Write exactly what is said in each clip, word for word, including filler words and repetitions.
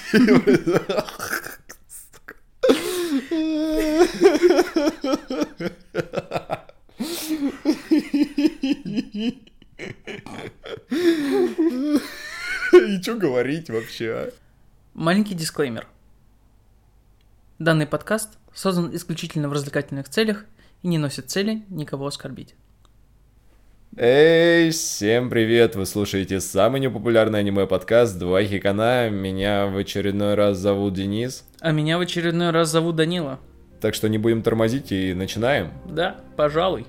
И что говорить вообще, а? Маленький дисклеймер. Данный подкаст создан исключительно в развлекательных целях и не носит цели никого оскорбить. Эй, всем привет! Вы слушаете самый непопулярный аниме-подкаст «Два Хикана». Меня в очередной раз зовут Денис. А меня в очередной раз зовут Данила. Так что не будем тормозить и начинаем. Да, пожалуй.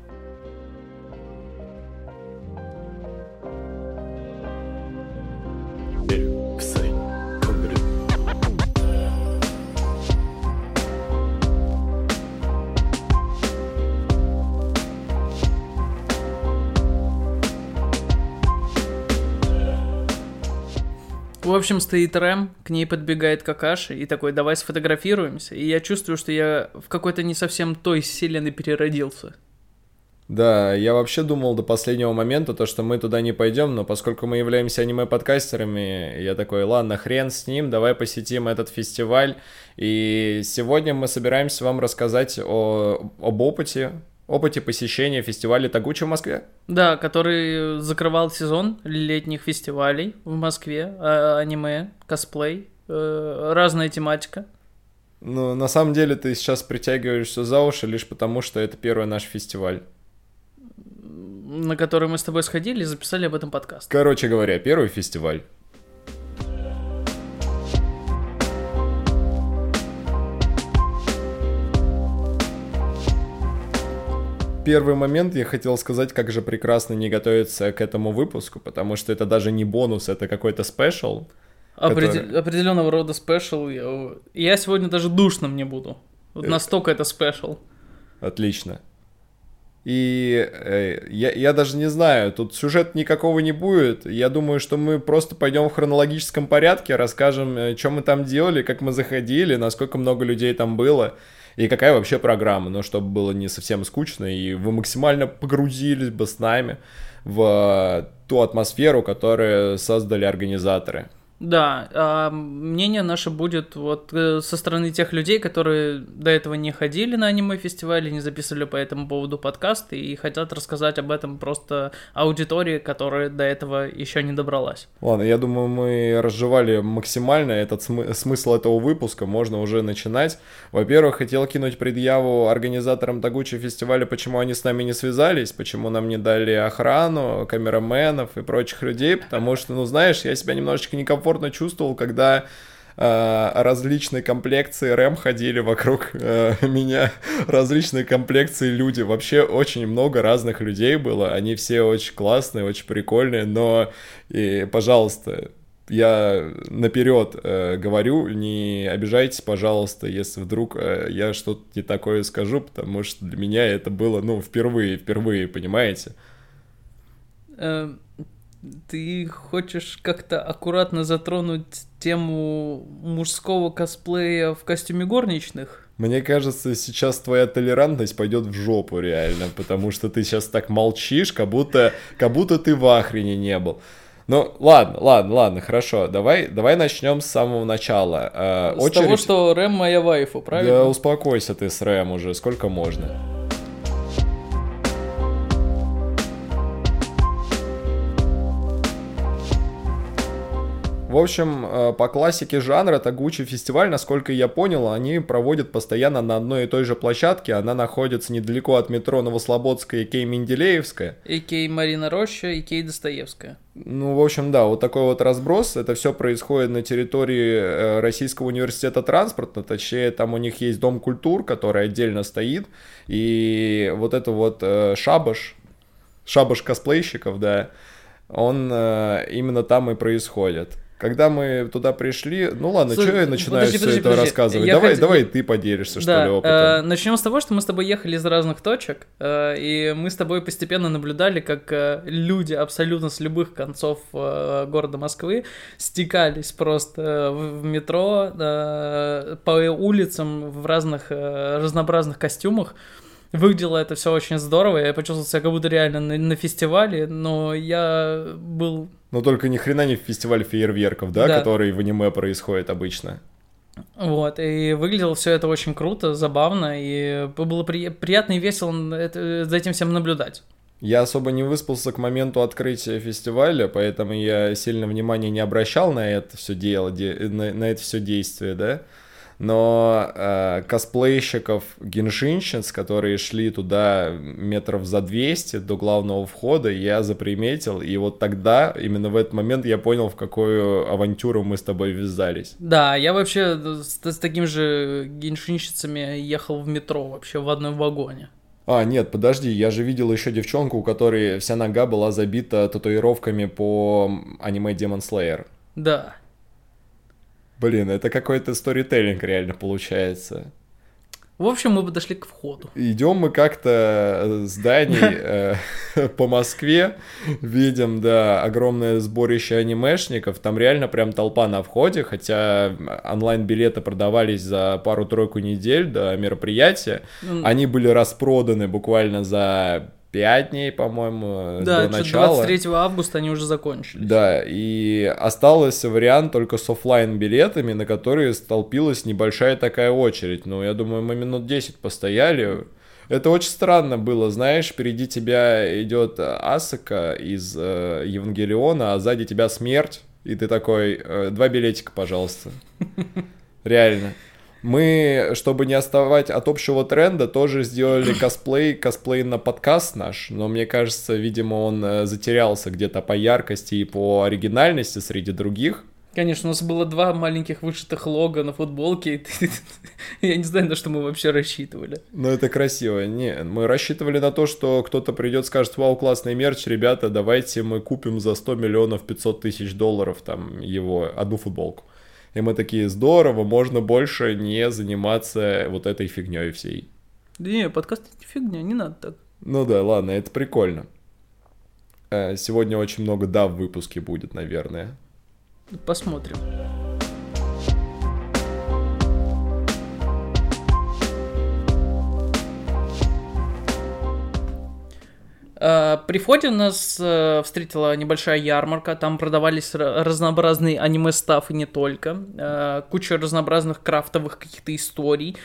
В общем, стоит Рэм, к ней подбегает Какаши и такой: давай сфотографируемся. И я чувствую, что я в какой-то не совсем той вселенной переродился. Да, я вообще думал до последнего момента, то, что мы туда не пойдем, но поскольку мы являемся аниме-подкастерами, я такой: ладно, хрен с ним, давай посетим этот фестиваль. И сегодня мы собираемся вам рассказать о, об опыте, опыте посещения фестиваля Тагучи в Москве. Да, который закрывал сезон летних фестивалей в Москве, а, аниме, косплей, э, разная тематика. Ну, на самом деле ты сейчас притягиваешь все за уши лишь потому, что это первый наш фестиваль, На который мы с тобой сходили и записали об этом подкаст. Короче говоря, первый фестиваль. Первый момент я хотел сказать, как же прекрасно не готовиться к этому выпуску, потому что это даже не бонус, это какой-то спешл. Определ... который... Определенного рода спешл. Я... я сегодня даже душным не буду. Вот настолько это спешл. Отлично. И э, я, я даже не знаю, тут сюжета никакого не будет. Я думаю, что мы просто пойдем в хронологическом порядке, расскажем, что мы там делали, как мы заходили, насколько много людей там было. И какая вообще программа, ну, чтобы было не совсем скучно, и вы максимально погрузились бы с нами в ту атмосферу, которую создали организаторы. Да, а мнение наше будет вот со стороны тех людей, которые до этого не ходили на аниме-фестивали, не записывали по этому поводу подкасты и хотят рассказать об этом просто аудитории, которая до этого еще не добралась. Ладно, я думаю, мы разжевали максимально этот см- смысл этого выпуска, можно уже начинать. Во-первых, хотел кинуть предъяву организаторам Тагучи фестиваля, почему они с нами не связались, почему нам не дали охрану, камераменов и прочих людей, потому что, ну, знаешь, я себя немножечко некомфортно чувствовал, когда э, различные комплекции Рэм ходили вокруг э, меня, различные комплекции люди, вообще очень много разных людей было, они все очень классные, очень прикольные, но, и, пожалуйста, я наперед э, говорю, не обижайтесь, пожалуйста, если вдруг э, я что-то не такое скажу, потому что для меня это было, ну, впервые, впервые, понимаете? Ты хочешь как-то аккуратно затронуть тему мужского косплея в костюме горничных? Мне кажется, сейчас твоя толерантность пойдет в жопу реально, потому что ты сейчас так молчишь, как будто, как будто ты в ахрене не был. Ну, ладно, ладно, ладно, хорошо, давай, давай начнем с самого начала. Э, с очередь... того, что Рэм моя вайфу, правильно? Да успокойся ты с Рэм уже, сколько можно. В общем, по классике жанра Тагучи фестиваль, насколько я понял, они проводят постоянно на одной и той же площадке. Она находится недалеко от метро Новослободская и Кей Менделеевская. И Кей Марина Роща, и Кей Достоевская. Ну, в общем, да, вот такой вот разброс. Это все происходит на территории Российского университета транспорта. Точнее, там у них есть Дом культур, который отдельно стоит. И вот это вот шабаш, шабаш косплейщиков, да, он именно там и происходит. Когда мы туда пришли, ну ладно, что я начинаю подожди, все подожди, это подожди. рассказывать? Я давай, хот... давай ты поделишься, что да, ли, опытом. Э, начнем с того, что мы с тобой ехали из разных точек, э, и мы с тобой постепенно наблюдали, как э, люди абсолютно с любых концов э, города Москвы стекались просто в, в метро, э, по улицам в разных э, разнообразных костюмах. Выглядело это все очень здорово, я почувствовал себя как будто реально на, на фестивале, но я был... Но только ни хрена не в фестивале фейерверков, да, Да. который в аниме происходит обычно. Вот, и выглядело все это очень круто, забавно, и было при... приятно и весело это... за этим всем наблюдать. Я особо не выспался к моменту открытия фестиваля, поэтому я сильно внимания не обращал на это все дело, де... на... на это все действие, да. Но э, косплейщиков геншинщиц, которые шли туда метров за двести до главного входа, я заприметил, и вот тогда, именно в этот момент, я понял, в какую авантюру мы с тобой ввязались. Да, я вообще с, с такими же геншинщицами ехал в метро вообще в одном вагоне. А, нет, подожди, я же видел еще девчонку, у которой вся нога была забита татуировками по аниме Demon Slayer. Да. Блин, это какой-то сторителлинг реально получается. В общем, мы подошли к входу. Идем мы как-то с Даней э, по Москве, видим, да, огромное сборище анимешников, там реально прям толпа на входе, хотя онлайн-билеты продавались за пару-тройку недель до мероприятия, они были распроданы буквально за пять дней, по-моему, да, до начала. двадцать третьего августа они уже закончились. Да, и остался вариант только с оффлайн-билетами, на которые столпилась небольшая такая очередь. Ну, я думаю, мы минут десять постояли. Это очень странно было, знаешь, впереди тебя идет Асака из э, Евангелиона, а сзади тебя смерть, и ты такой, э, два билетика, пожалуйста. Реально. Мы, чтобы не отставать от общего тренда, тоже сделали косплей, косплей на подкаст наш, но мне кажется, видимо, он затерялся где-то по яркости и по оригинальности среди других. Конечно, у нас было два маленьких вышитых лого на футболке, и я не знаю, на что мы вообще рассчитывали. Ну, это красиво. Не, мы рассчитывали на то, что кто-то придет, скажет, вау, классный мерч, ребята, давайте мы купим за сто миллионов пятьсот тысяч долларов там его, одну футболку. И мы такие, здорово, можно больше не заниматься вот этой фигней всей. Да не, подкаст это фигня, не надо так. Ну да, ладно, это прикольно. Сегодня очень много «да» в выпуске будет, наверное. Посмотрим. При входе нас встретила небольшая ярмарка, там продавались разнообразные аниме-стаф и не только, куча разнообразных крафтовых каких-то историй.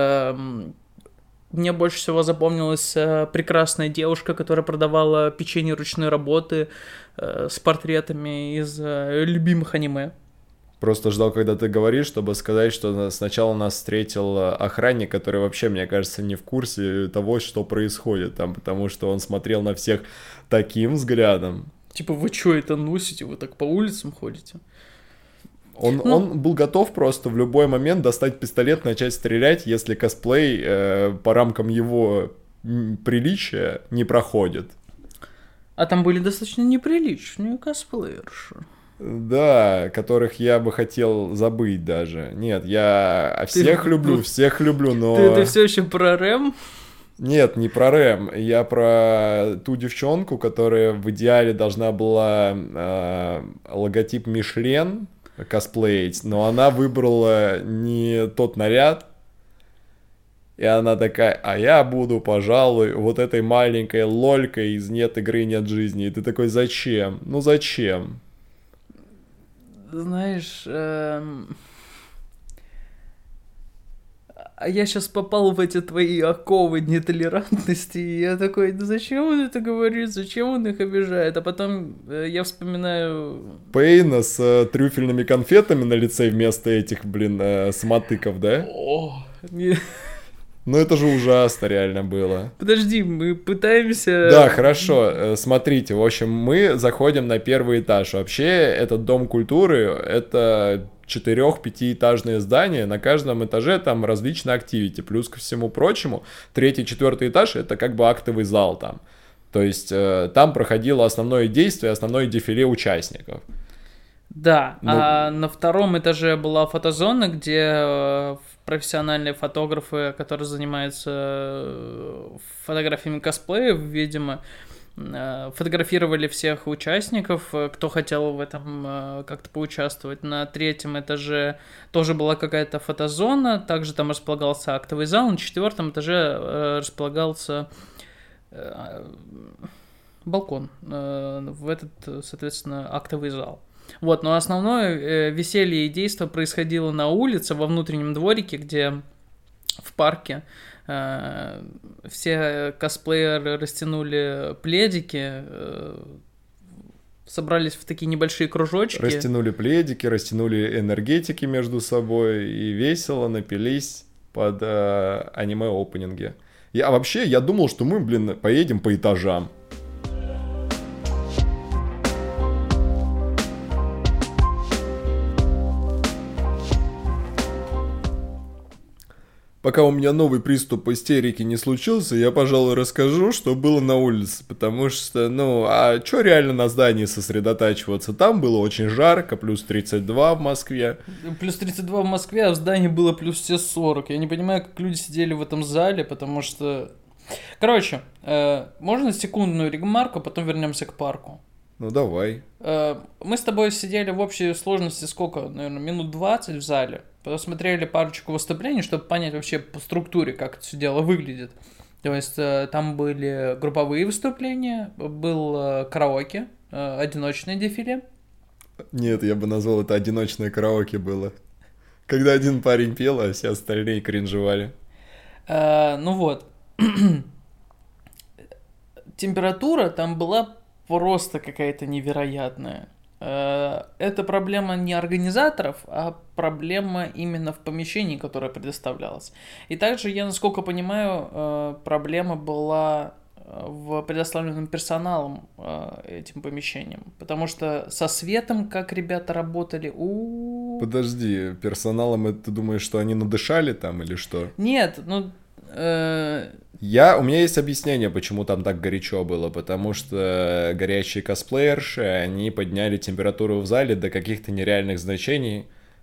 Мне больше всего запомнилась прекрасная девушка, которая продавала печенье ручной работы с портретами из любимых аниме. Просто ждал, когда ты говоришь, чтобы сказать, что сначала нас встретил охранник, который вообще, мне кажется, не в курсе того, что происходит там, потому что он смотрел на всех таким взглядом. Типа, вы что это носите? Вы так по улицам ходите? Он, ну... он был готов просто в любой момент достать пистолет, начать стрелять, если косплей э, по рамкам его приличия не проходит. А там были достаточно неприличные косплеерши. Да, которых я бы хотел забыть даже. Нет, я всех ты... люблю, всех люблю, но... Ты, ты все еще про Рэм? Нет, не про Рэм. Я про ту девчонку, которая в идеале должна была э, логотип Мишлен косплеить, но она выбрала не тот наряд. И она такая, а я буду, пожалуй, вот этой маленькой лолькой из «Нет игры, нет жизни». И ты такой, зачем? Ну зачем? Знаешь, эм... а я сейчас попал в эти твои оковы нетолерантности, и я такой, да зачем он это говорит, зачем он их обижает? А потом э, я вспоминаю... Пейна с э, трюфельными конфетами на лице вместо этих, блин, э, самотыков, да? О, не... Ну это же ужасно реально было. Подожди, мы пытаемся... Да, хорошо, смотрите, в общем, мы заходим на первый этаж. Вообще, этот Дом культуры, это четырех-пятиэтажное здание, на каждом этаже там различные активити. Плюс ко всему прочему, третий-четвертый этаж это как бы актовый зал там. То есть там проходило основное действие, основное дефиле участников. Да, ну... а на втором этаже была фотозона, где профессиональные фотографы, которые занимаются фотографиями косплеев, видимо, Фотографировали всех участников, кто хотел в этом как-то поучаствовать. На третьем этаже тоже была какая-то фотозона, также там располагался актовый зал, на четвертом этаже располагался балкон, в этот, соответственно, актовый зал. Вот, но основное веселье и действо происходило на улице, во внутреннем дворике, где в парке все косплееры растянули пледики, собрались в такие небольшие кружочки. Растянули пледики, растянули энергетики между собой и весело напились под э, аниме-опенинги. Я, а вообще, я думал, что мы, блин, поедем по этажам. Пока у меня новый приступ истерики не случился, я, пожалуй, расскажу, что было на улице, потому что, ну, а чё реально на здании сосредотачиваться? Там было очень жарко, плюс тридцать два в Москве. Плюс тридцать два в Москве, а в здании было плюс все сорок. Я не понимаю, как люди сидели в этом зале, потому что... Короче, э, можно секундную ремарку, потом вернемся к парку? Ну, давай. Э, мы с тобой сидели в общей сложности сколько? Наверное, минут двадцать в зале. Посмотрели парочку выступлений, чтобы понять вообще по структуре, как это все дело выглядит. То есть там были групповые выступления, был караоке, одиночное дефиле. Нет, я бы назвал это одиночное караоке было. Когда один парень пел, а все остальные кринжевали. А, ну вот. Температура там была просто какая-то невероятная. Это проблема не организаторов, а проблема именно в помещении, которое предоставлялось. И также, я насколько понимаю, проблема была в предоставленном персоналом этим помещением. Потому что со светом, как ребята работали, у Подожди, персоналом, это ты думаешь, что они надышали там или что? Нет, ну... Э... Я, у меня есть объяснение, почему там так горячо было, потому что горячие косплеерши, они подняли температуру в зале до каких-то нереальных значений,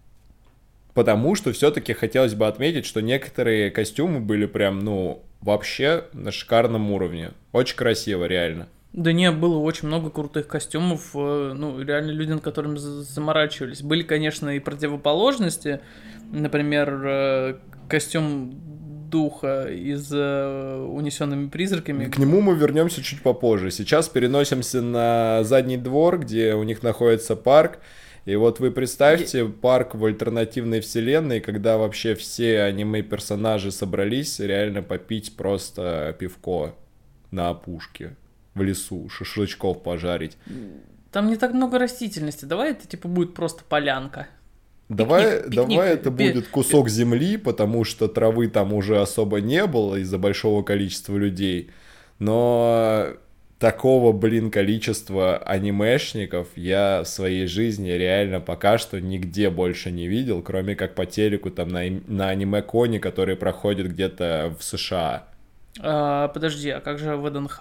потому что все-таки хотелось бы отметить, что некоторые костюмы были прям, ну, вообще на шикарном уровне, очень красиво, реально. Да не, было очень много крутых костюмов, ну, реально люди, над которыми заморачивались. Были, конечно, и противоположности, например, костюм духа из uh, «Унесенными призраками». К нему мы вернемся чуть попозже. Сейчас переносимся на задний двор, где у них находится парк. И вот вы представьте Я... парк в альтернативной вселенной, когда вообще все аниме-персонажи собрались реально попить просто пивко на опушке, в лесу, шашлычков пожарить. Там не так много растительности. Давай это типа будет просто полянка. Давай, пикник, пикник, давай это пи... будет кусок земли, потому что травы там уже особо не было из-за большого количества людей. Но такого, блин, количества анимешников я в своей жизни реально пока что нигде больше не видел, кроме как по телеку там на, на аниме-коне, который проходит где-то в США. А, подожди, а как же ВДНХ?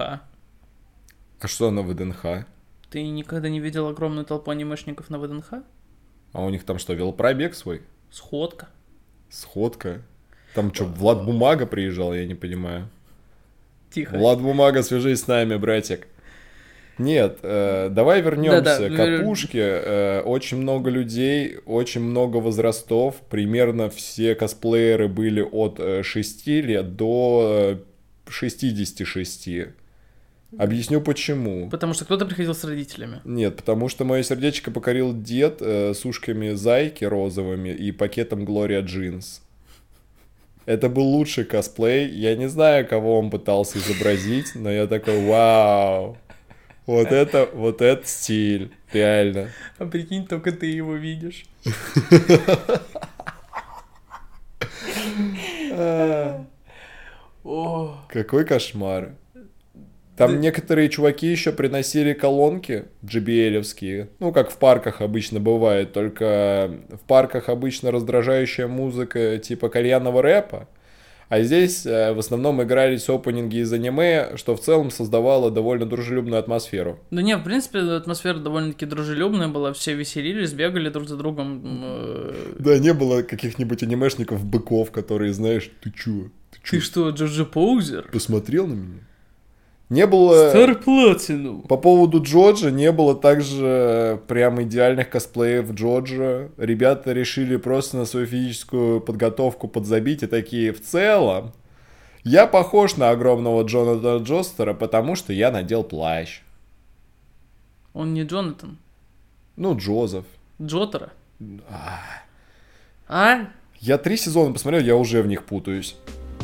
А что на ВДНХ? Ты никогда не видел огромную толпу анимешников на ВДНХ? А у них там что, велопробег свой? Сходка. Сходка? Там что, Влад Бумага приезжал, я не понимаю. Тихо. Влад Бумага, свяжись с нами, братик. Нет, э, давай вернемся Да-да. к опушке. Э, очень много людей, очень много возрастов. Примерно все косплееры были от шести лет до шестидесяти шести. Объясню почему. Потому что кто-то приходил с родителями. Нет, потому что мое сердечко покорил дед э, с ушками зайки розовыми и пакетом Gloria Jeans. Это был лучший косплей. Я не знаю, кого он пытался изобразить, но я такой, вау, вот это, вот это стиль, реально. А прикинь, только ты его видишь. Какой кошмар. Там да. некоторые чуваки еще приносили колонки джей би эл-овские, ну, как в парках обычно бывает, только в парках обычно раздражающая музыка типа кальянного рэпа, а здесь э, в основном игрались опенинги из аниме, что в целом создавало довольно дружелюбную атмосферу. Да не, в принципе, атмосфера довольно-таки дружелюбная была, все веселились, бегали друг за другом. Э... Да, не было каких-нибудь анимешников-быков, которые, знаешь, ты чё? Ты, ты что, Джорджи Поузер? Посмотрел на меня? Не было... Стар Platinum. По поводу Джоджа не было также прям идеальных косплеев Джоджа. Ребята решили просто на свою физическую подготовку подзабить и такие: в целом, я похож на огромного Джонатана Джостера, потому что я надел плащ. Он не Джонатан. Ну, Джозеф. Джотера. А? а? Я три сезона посмотрел, я уже в них путаюсь.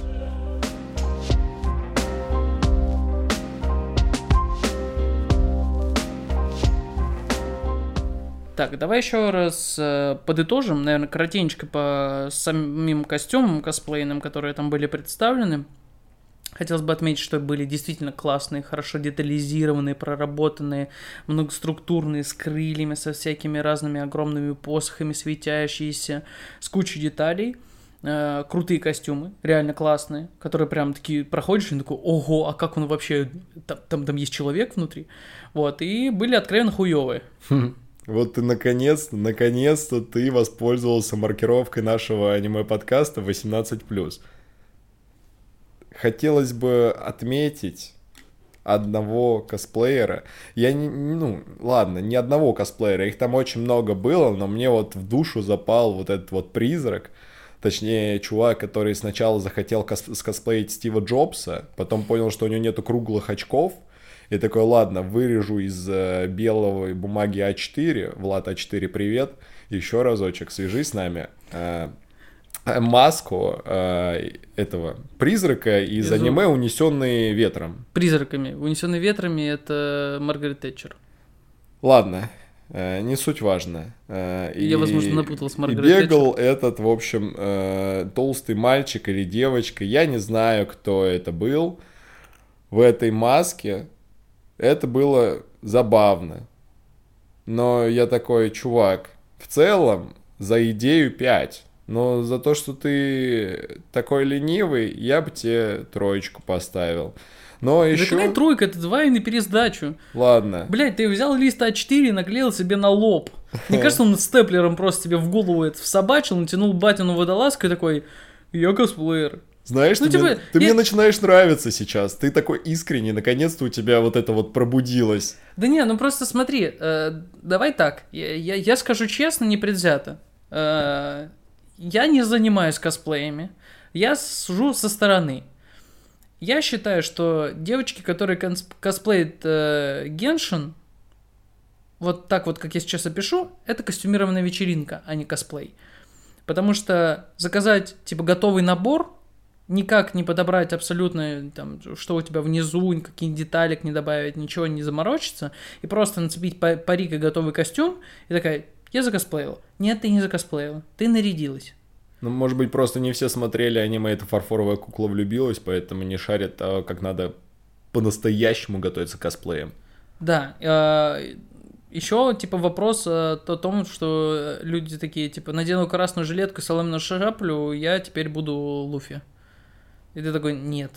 Так, давай еще раз э, подытожим, наверное, коротенько по самим костюмам косплейным, которые там были представлены. Хотелось бы отметить, что были действительно классные, хорошо детализированные, проработанные, многоструктурные, с крыльями, со всякими разными огромными посохами, светящиеся, с кучей деталей. Э, крутые костюмы, реально классные, которые прям такие проходишь и такой: ого, а как он вообще, там, там, там есть человек внутри. Вот, и были откровенно хуёвые. Вот ты наконец-то, наконец-то ты воспользовался маркировкой нашего аниме-подкаста восемнадцать плюс. Хотелось бы отметить одного косплеера. Я не, ну, ладно, не одного косплеера, их там очень много было, но мне вот в душу запал вот этот вот призрак. Точнее, чувак, который сначала захотел кос- скосплеить Стива Джобса, потом понял, что у него нету круглых очков, и такой: ладно, вырежу из э, белой бумаги а четыре, Влад а четыре, привет, еще разочек, свяжись с нами, э, маску э, этого призрака из Из аниме «Унесенные ветром». Призраками. «Унесенные ветрами» — это Маргарет Тэтчер. Ладно, э, не суть важно. Э, Я, и, возможно, напутал с Маргарет И бегал Тэтчер. этот, в общем, э, толстый мальчик или девочка, я не знаю, кто это был, в этой маске. Это было забавно. Но я такой: чувак, в целом, за идею пять. Но за то, что ты такой ленивый, я бы тебе троечку поставил. Но Да еще... какая тройка? Это два и на пересдачу. Ладно. Блять, ты взял лист а четыре и наклеил себе на лоб. Мне кажется, он степлером просто тебе в голову это всобачил, натянул батину водолазку и такой: я косплеер. Знаешь, Ну, ты, типа, мне, ты я... мне начинаешь нравиться сейчас. Ты такой искренний, наконец-то у тебя вот это вот пробудилось. Да не, ну просто смотри, э, давай так, я, я, я скажу честно, непредвзято. Э, я не занимаюсь косплеями, я сужу со стороны. Я считаю, что девочки, которые кос- косплеят э, Геншин, вот так вот, как я сейчас опишу, это костюмированная вечеринка, а не косплей. Потому что заказать, типа, готовый набор, никак не подобрать абсолютно, там, что у тебя внизу, каких деталек не добавить, ничего не заморочиться, и просто нацепить парик и готовый костюм, и такая: я закосплеила. Нет, ты не закосплеила, ты нарядилась. Ну, может быть, просто не все смотрели аниме «Эта фарфоровая кукла влюбилась», поэтому не шарят, а как надо по-настоящему готовиться к косплеям. Да, э, еще, типа, вопрос о том, что люди такие, типа: надену красную жилетку и соломенную шляпу, я теперь буду Луфи. И ты такой: нет,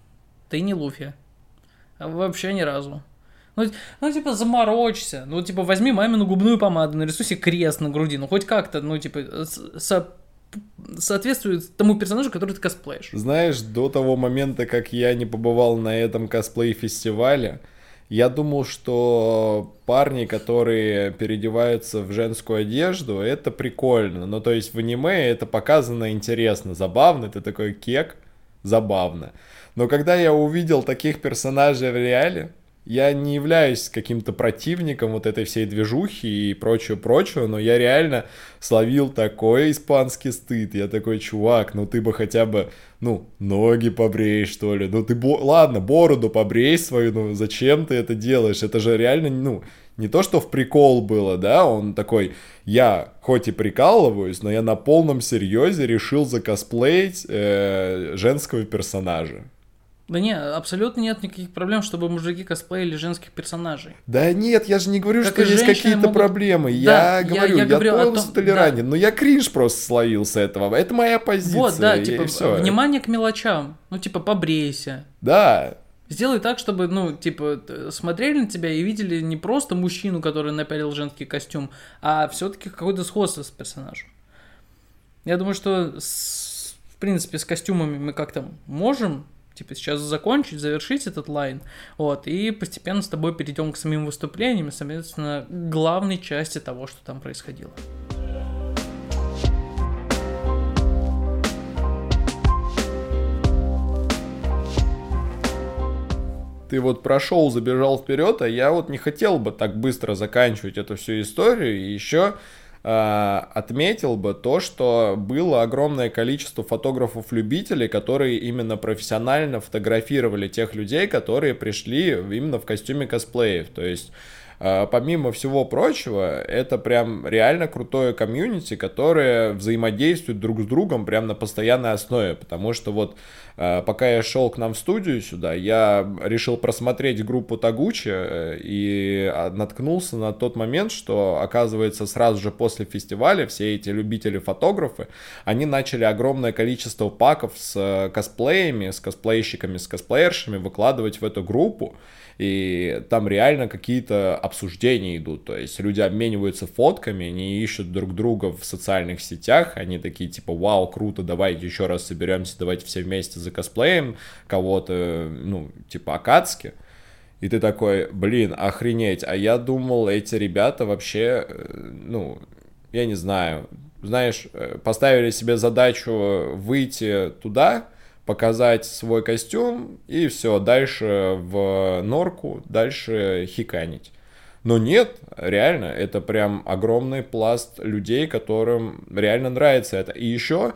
ты не Луфи. Вообще ни разу. Ну, ну, типа, заморочься. Ну, типа, возьми мамину губную помаду, нарисуй себе крест на груди. Ну, хоть как-то, ну, типа, со- соответствует тому персонажу, который ты косплеишь. Знаешь, до того момента, как я не побывал на этом косплей-фестивале, я думал, что парни, которые переодеваются в женскую одежду, это прикольно. Ну, то есть в аниме это показано интересно, забавно. Ты такой: кек, забавно. Но когда я увидел таких персонажей в реале, я не являюсь каким-то противником вот этой всей движухи и прочего-прочего, но я реально словил такой испанский стыд. Я такой: чувак, ну ты бы хотя бы, ну, ноги побрей, что ли. Ну ты, бо... ладно, бороду побрей свою, ну зачем ты это делаешь? Это же реально, ну, не то, что в прикол было, да, он такой: я хоть и прикалываюсь, но я на полном серьезе решил закосплеить э, женского персонажа. Да не, абсолютно нет никаких проблем, чтобы мужики косплеили женских персонажей. Да нет, я же не говорю, Как что и есть женщины какие-то могут- проблемы. Да, я, я- говорю, я я, говорю о полностью том- толерантен, да. но я кринж просто словил с этого. Это моя позиция. Вот, да, и типа, всё. внимание к мелочам. Ну, типа, побрейся. Да. Сделай так, чтобы, ну, типа, т- смотрели на тебя и видели не просто мужчину, который напялил женский костюм, а все-таки какое-то сходство с персонажем. Я думаю, что, с- в принципе, с костюмами мы как-то можем типа, сейчас закончить, завершить этот лайн, вот, и постепенно с тобой перейдем к самим выступлениям, соответственно, главной части того, что там происходило. Ты вот прошел, забежал вперед, а я вот не хотел бы так быстро заканчивать эту всю историю, и еще э, отметил бы то, что было огромное количество фотографов-любителей, которые именно профессионально фотографировали тех людей, которые пришли именно в костюме косплеев, то есть э, помимо всего прочего, это прям реально крутое комьюнити, которое взаимодействует друг с другом прям на постоянной основе, потому что вот пока я шел к нам в студию сюда, я решил просмотреть группу Тагучи и наткнулся на тот момент, что, оказывается, сразу же после фестиваля все эти любители-фотографы, они начали огромное количество паков с косплеями, с косплейщиками, с косплеершами выкладывать в эту группу. И там реально какие-то обсуждения идут, то есть люди обмениваются фотками, они ищут друг друга в социальных сетях, они такие типа: вау, круто, давайте еще раз соберемся, давайте все вместе закосплеим кого-то, ну, типа Акацки. И ты такой: блин, охренеть, а я думал, эти ребята вообще, ну, я не знаю, знаешь, поставили себе задачу выйти туда, показать свой костюм, и все, дальше в норку, дальше хиканить. Но нет, реально, это прям огромный пласт людей, которым реально нравится это. И еще,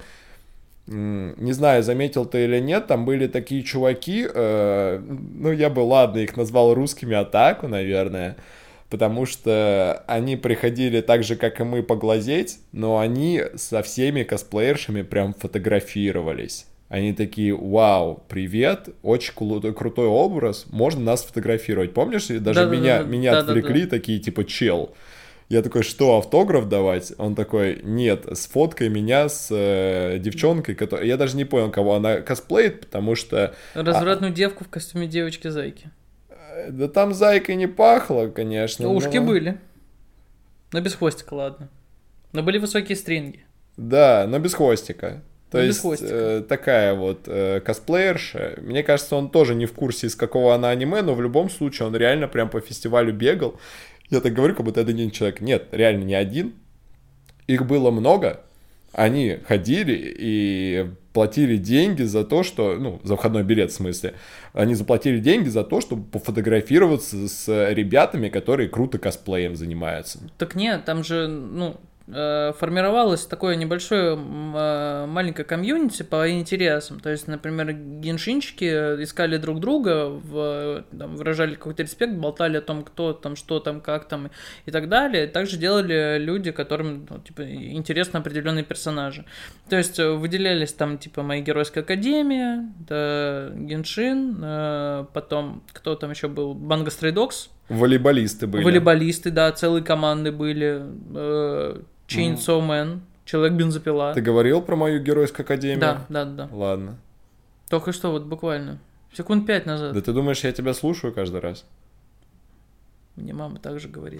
не знаю, заметил ты или нет, там были такие чуваки, э, ну я бы, ладно, их назвал русскими атаку, наверное, потому что они приходили так же, как и мы, поглазеть, но они со всеми косплеершами прям фотографировались. Они такие: вау, привет, очень крутой, крутой образ, можно нас фотографировать. Помнишь, даже да, меня, да, да, меня да, отвлекли, да, да. Такие типа: чел. Я такой: что, автограф давать? Он такой: нет, сфоткай меня с э, девчонкой, которая... Я даже не понял, кого она косплеит, потому что... Развратную а... девку в костюме девочки-зайки. Да там зайкой не пахло, конечно. Ушки но... были. Но без хвостика, ладно. Но были высокие стринги. Да, но без хвостика. То есть э, такая вот э, косплеерша. Мне кажется, он тоже не в курсе, из какого она аниме, но в любом случае он реально прям по фестивалю бегал. Я так говорю, как будто это один человек. Нет, реально не один. Их было много. Они ходили и платили деньги за то, что... Ну, за входной билет, в смысле. Они заплатили деньги за то, чтобы пофотографироваться с ребятами, которые круто косплеем занимаются. Так нет, там же, ну... формировалось такое небольшое маленькое комьюнити по интересам. То есть, например, геншинчики искали друг друга, в, там, выражали какой-то респект, болтали о том, кто там, что там, как там и так далее. Также делали люди, которым, ну, типа, интересны определенные персонажи. То есть выделялись там типа «Моя геройская академия», да, Геншин, потом кто там еще был, Банга Стрей Догс. Волейболисты были. Волейболисты, да, целые команды были. Chainsaw Man, Человек-бензопила. Ты говорил про мою геройскую академию? Да, да, да. Ладно. Только что, вот буквально. Секунд пять назад. Да ты думаешь, я тебя слушаю каждый раз? Мне мама также говорит.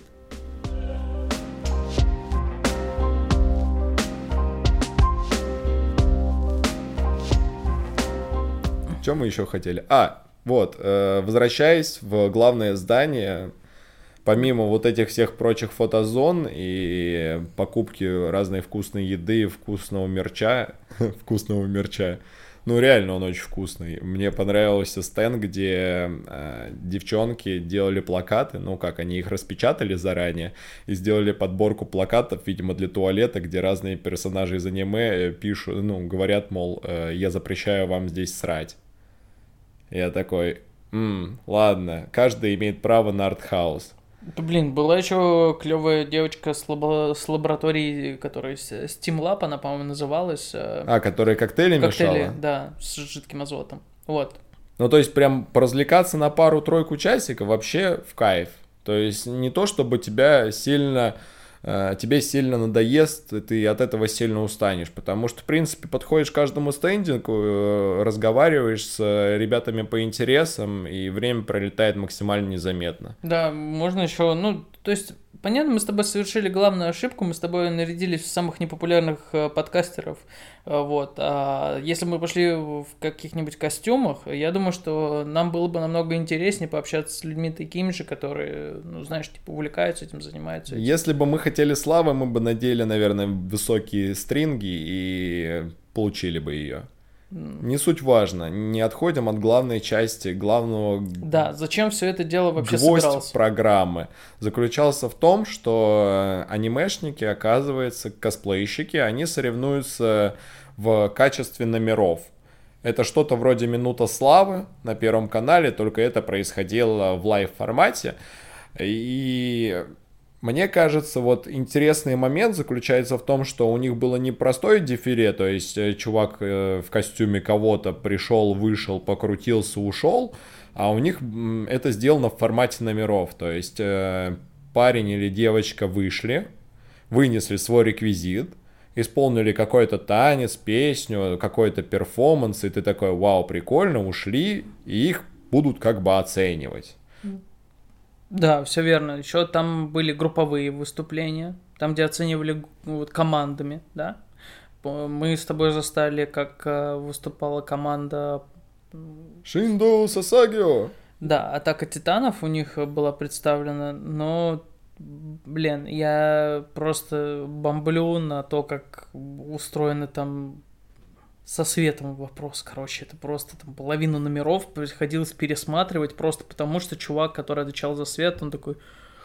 Что мы еще хотели? А, вот, э, возвращаясь в главное здание... Помимо вот этих всех прочих фотозон и покупки разной вкусной еды, вкусного мерча, вкусного мерча, ну реально он очень вкусный. Мне понравился стенд, где э, девчонки делали плакаты, ну как, они их распечатали заранее и сделали подборку плакатов, видимо, для туалета, где разные персонажи из аниме пишут, ну, говорят, мол, э, я запрещаю вам здесь срать. Я такой, м-м, ладно, каждый имеет право на артхаус. Блин, была еще клевая девочка с, лабо... с лаборатории, которая Steam Lab, она, по-моему, называлась. А, которая коктейли, коктейли мешала? Да, с жидким азотом. Вот. Ну, то есть, прям поразвлекаться на пару-тройку часиков вообще в кайф. То есть, не то, чтобы тебя сильно... тебе сильно надоест, и ты от этого сильно устанешь, потому что, в принципе, подходишь к каждому стендингу, разговариваешь с ребятами по интересам, и время пролетает максимально незаметно. Да, можно еще, ну, то есть, Понятно, мы с тобой совершили главную ошибку, мы с тобой нарядились в самых непопулярных э, подкастеров, э, вот, а если бы мы пошли в каких-нибудь костюмах, я думаю, что нам было бы намного интереснее пообщаться с людьми такими же, которые, ну, знаешь, типа, увлекаются этим, занимаются этим. Если бы мы хотели славы, мы бы надели, наверное, высокие стринги и получили бы ее. Не суть важно, не отходим от главной части, главного... Да, зачем все это дело вообще гвоздь собирался? Программы заключался в том, что анимешники, оказывается, косплейщики, они соревнуются в качестве номеров. Это что-то вроде «Минута славы» на Первом канале, только это происходило в лайв-формате. И... Мне кажется, вот интересный момент заключается в том, что у них было не простое дефиле, то есть чувак в костюме кого-то пришел, вышел, покрутился, ушел, а у них это сделано в формате номеров, то есть парень или девочка вышли, вынесли свой реквизит, исполнили какой-то танец, песню, какой-то перформанс, и ты такой: вау, прикольно, ушли, и их будут как бы оценивать. Да, все верно. Еще там были групповые выступления, там, где оценивали вот, командами, да. Мы с тобой застали, как выступала команда... Шиндо Сасагио. Да, Атака Титанов у них была представлена, но, блин, я просто бомблю на то, как устроены там... Со светом вопрос, короче, это просто там половину номеров приходилось пересматривать просто потому, что чувак, который отвечал за свет, он такой: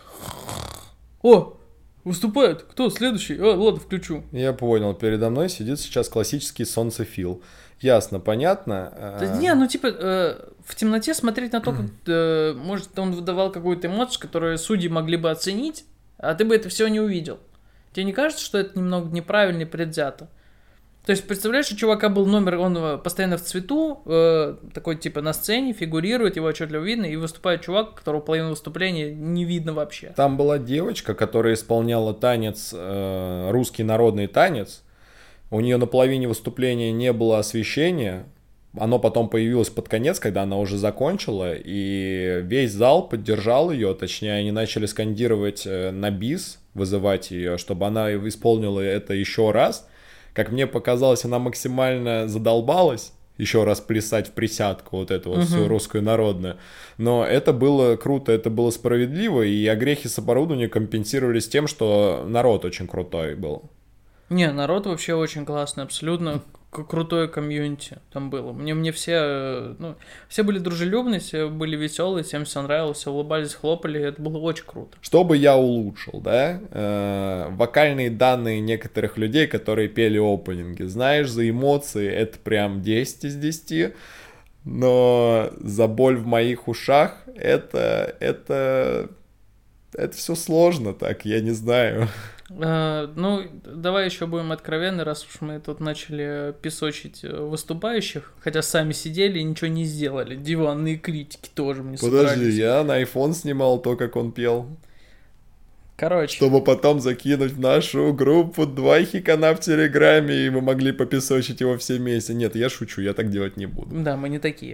о, выступает, кто следующий? А, ладно, включу. Я понял, передо мной сидит сейчас классический солнцефил. Ясно, понятно. Да не, ну типа э, в темноте смотреть на то, как, э, может, он выдавал какую-то эмоцию, которую судьи могли бы оценить, а ты бы это все не увидел. Тебе не кажется, что это немного неправильно и предвзято? То есть, представляешь, у чувака был номер, он постоянно в цвету, э, такой типа на сцене, фигурирует, его отчетливо видно, и выступает чувак, которого половину выступления не видно вообще. Там была девочка, которая исполняла танец, э, русский народный танец. У нее на половине выступления не было освещения. Оно потом появилось под конец, когда она уже закончила, и весь зал поддержал ее, точнее, они начали скандировать на бис, вызывать ее, чтобы она исполнила это еще раз. Как мне показалось, она максимально задолбалась еще раз плясать в присядку вот эту вот uh-huh. всю русскую народную. Но это было круто, это было справедливо, и огрехи с оборудованием компенсировались тем, что народ очень крутой был. Не, народ вообще очень классный, абсолютно крутое комьюнити там было. Мне, мне все, ну, все были дружелюбные, все были веселые, всем все нравилось, все улыбались, хлопали, это было очень круто. Что бы я улучшил, да? Э, вокальные данные некоторых людей, которые пели опенинги. Знаешь, за эмоции это прям десять из десяти, но за боль в моих ушах это, это, это все сложно так, я не знаю. Uh, ну, давай еще будем откровенны, раз уж мы тут начали песочить выступающих, хотя сами сидели и ничего не сделали. Диванные критики тоже мне собрались. Подожди, я на iPhone снимал то, как он пел. Короче. Чтобы потом закинуть в нашу группу двойхикана в Телеграме, и мы могли попесочить его все вместе. Нет, я шучу, я так делать не буду. Да, мы не такие.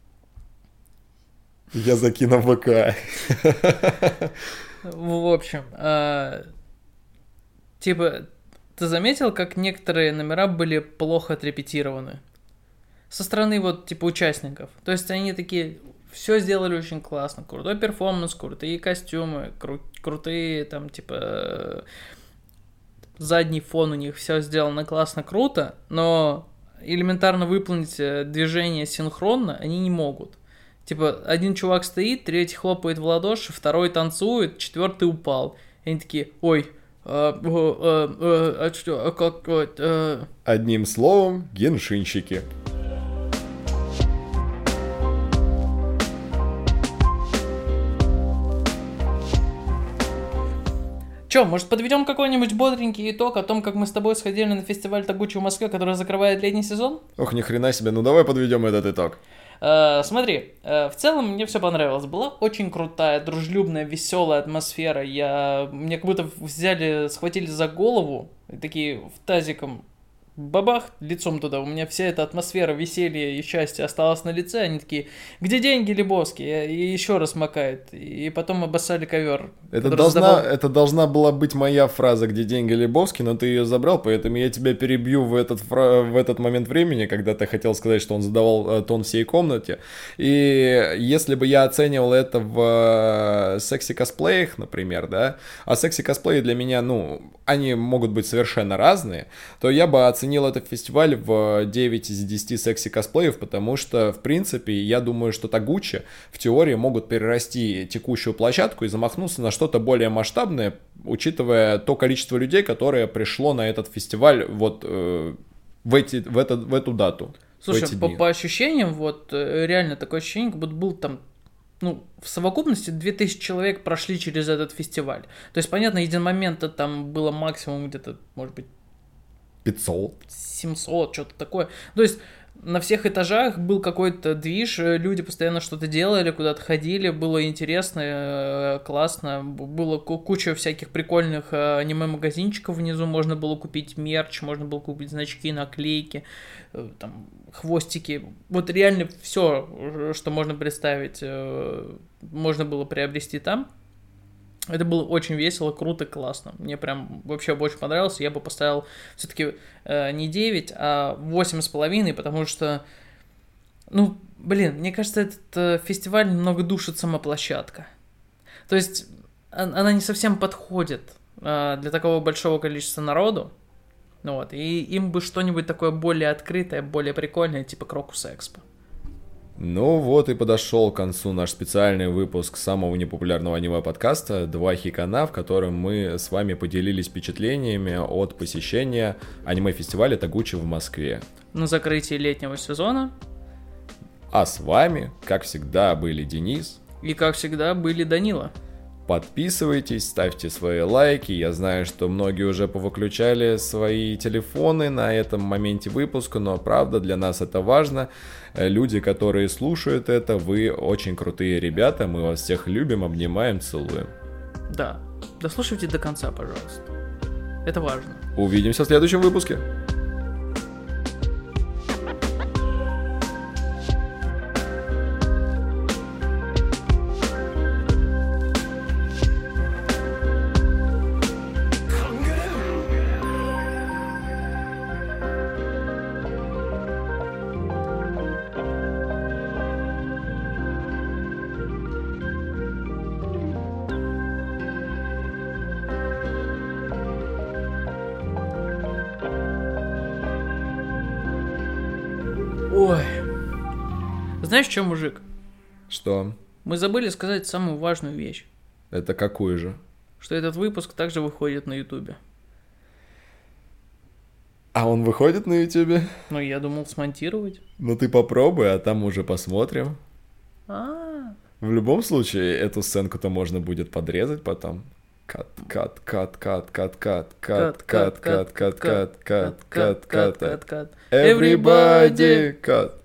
Я закину в ВК. В общем... Типа, ты заметил, как некоторые номера были плохо отрепетированы? Со стороны вот, типа, участников. То есть они такие, все сделали очень классно. Крутой перформанс, крутые костюмы, кру- крутые, там, типа, задний фон у них, все сделано классно, круто, но элементарно выполнить движение синхронно они не могут. Типа, один чувак стоит, третий хлопает в ладоши, второй танцует, четвертый упал. И они такие, ой, А, а, а, а что, а как, а... Одним словом, геншинщики. Че, может, подведем какой-нибудь бодренький итог о том, как мы с тобой сходили на фестиваль Тогучи в Москве, который закрывает летний сезон? Ох, ни хрена себе, ну давай подведем этот итог. Uh, смотри, uh, в целом мне все понравилось. Была очень крутая, дружелюбная, веселая атмосфера. Я... Мне как будто взяли, схватили за голову и такие в тазиком бабах, лицом туда. У меня вся эта атмосфера веселья и счастья осталась на лице. Они такие, где деньги, Лебовский? И еще раз макает. И потом обоссали ковер. Это должна, задавал... это должна была быть моя фраза, где деньги, Лебовский, но ты ее забрал, поэтому я тебя перебью в этот, фра... в этот момент времени, когда ты хотел сказать, что он задавал тон всей комнате. И если бы я оценивал это в секси-косплеях, например, да, а секси-косплеи для меня, ну, они могут быть совершенно разные, то я бы оценил этот фестиваль в девять из десяти секси-косплеев, потому что, в принципе, я думаю, что Тагучи в теории могут перерасти текущую площадку и замахнуться на что-то более масштабное, учитывая то количество людей, которое пришло на этот фестиваль вот э, в, эти, в, этот, в эту дату. Слушай, по, по ощущениям, вот реально такое ощущение, как будто был там, ну, в совокупности две тысячи человек прошли через этот фестиваль. То есть, понятно, един момента там было максимум где-то, может быть, пятьсот семьсот, что-то такое. То есть на всех этажах был какой-то движ, люди постоянно что-то делали, куда-то ходили, было интересно, классно, было куча всяких прикольных аниме-магазинчиков внизу, можно было купить мерч, можно было купить значки, наклейки, там, хвостики, вот реально все, что можно представить, можно было приобрести там. Это было очень весело, круто, классно. Мне прям вообще очень понравилось. Я бы поставил все-таки э, не девять, а восемь с половиной, потому что, ну, блин, мне кажется, этот э, фестиваль немного душит сама площадка. То есть она не совсем подходит э, для такого большого количества народу. Ну вот, и им бы что-нибудь такое более открытое, более прикольное, типа Крокус Экспо. Ну вот и подошел к концу наш специальный выпуск самого непопулярного аниме-подкаста «Два Хикана», в котором мы с вами поделились впечатлениями от посещения аниме-фестиваля Тагучи в Москве. На закрытии летнего сезона. А с вами, как всегда, были Денис. И, как всегда, были Данила. Подписывайтесь, ставьте свои лайки. Я знаю, что многие уже повыключали свои телефоны на этом моменте выпуска, но правда для нас это важно. Люди, которые слушают это, вы очень крутые ребята. Мы вас всех любим, обнимаем, целуем. Да, дослушайте до конца, пожалуйста. Это важно. Увидимся в следующем выпуске. Ой. Знаешь, что, мужик? Что? Мы забыли сказать самую важную вещь. Это какую же? Что этот выпуск также выходит на Ютубе. А он выходит на Ютубе? Ну, я думал смонтировать. Ну, ты попробуй, а там уже посмотрим. А. В любом случае, эту сценку-то можно будет подрезать потом. Кат, кат, кат, кат, кат, кат, кат, кат, кат, кат, кат, кат, кат, кат, кат, кат. Everybody, cut.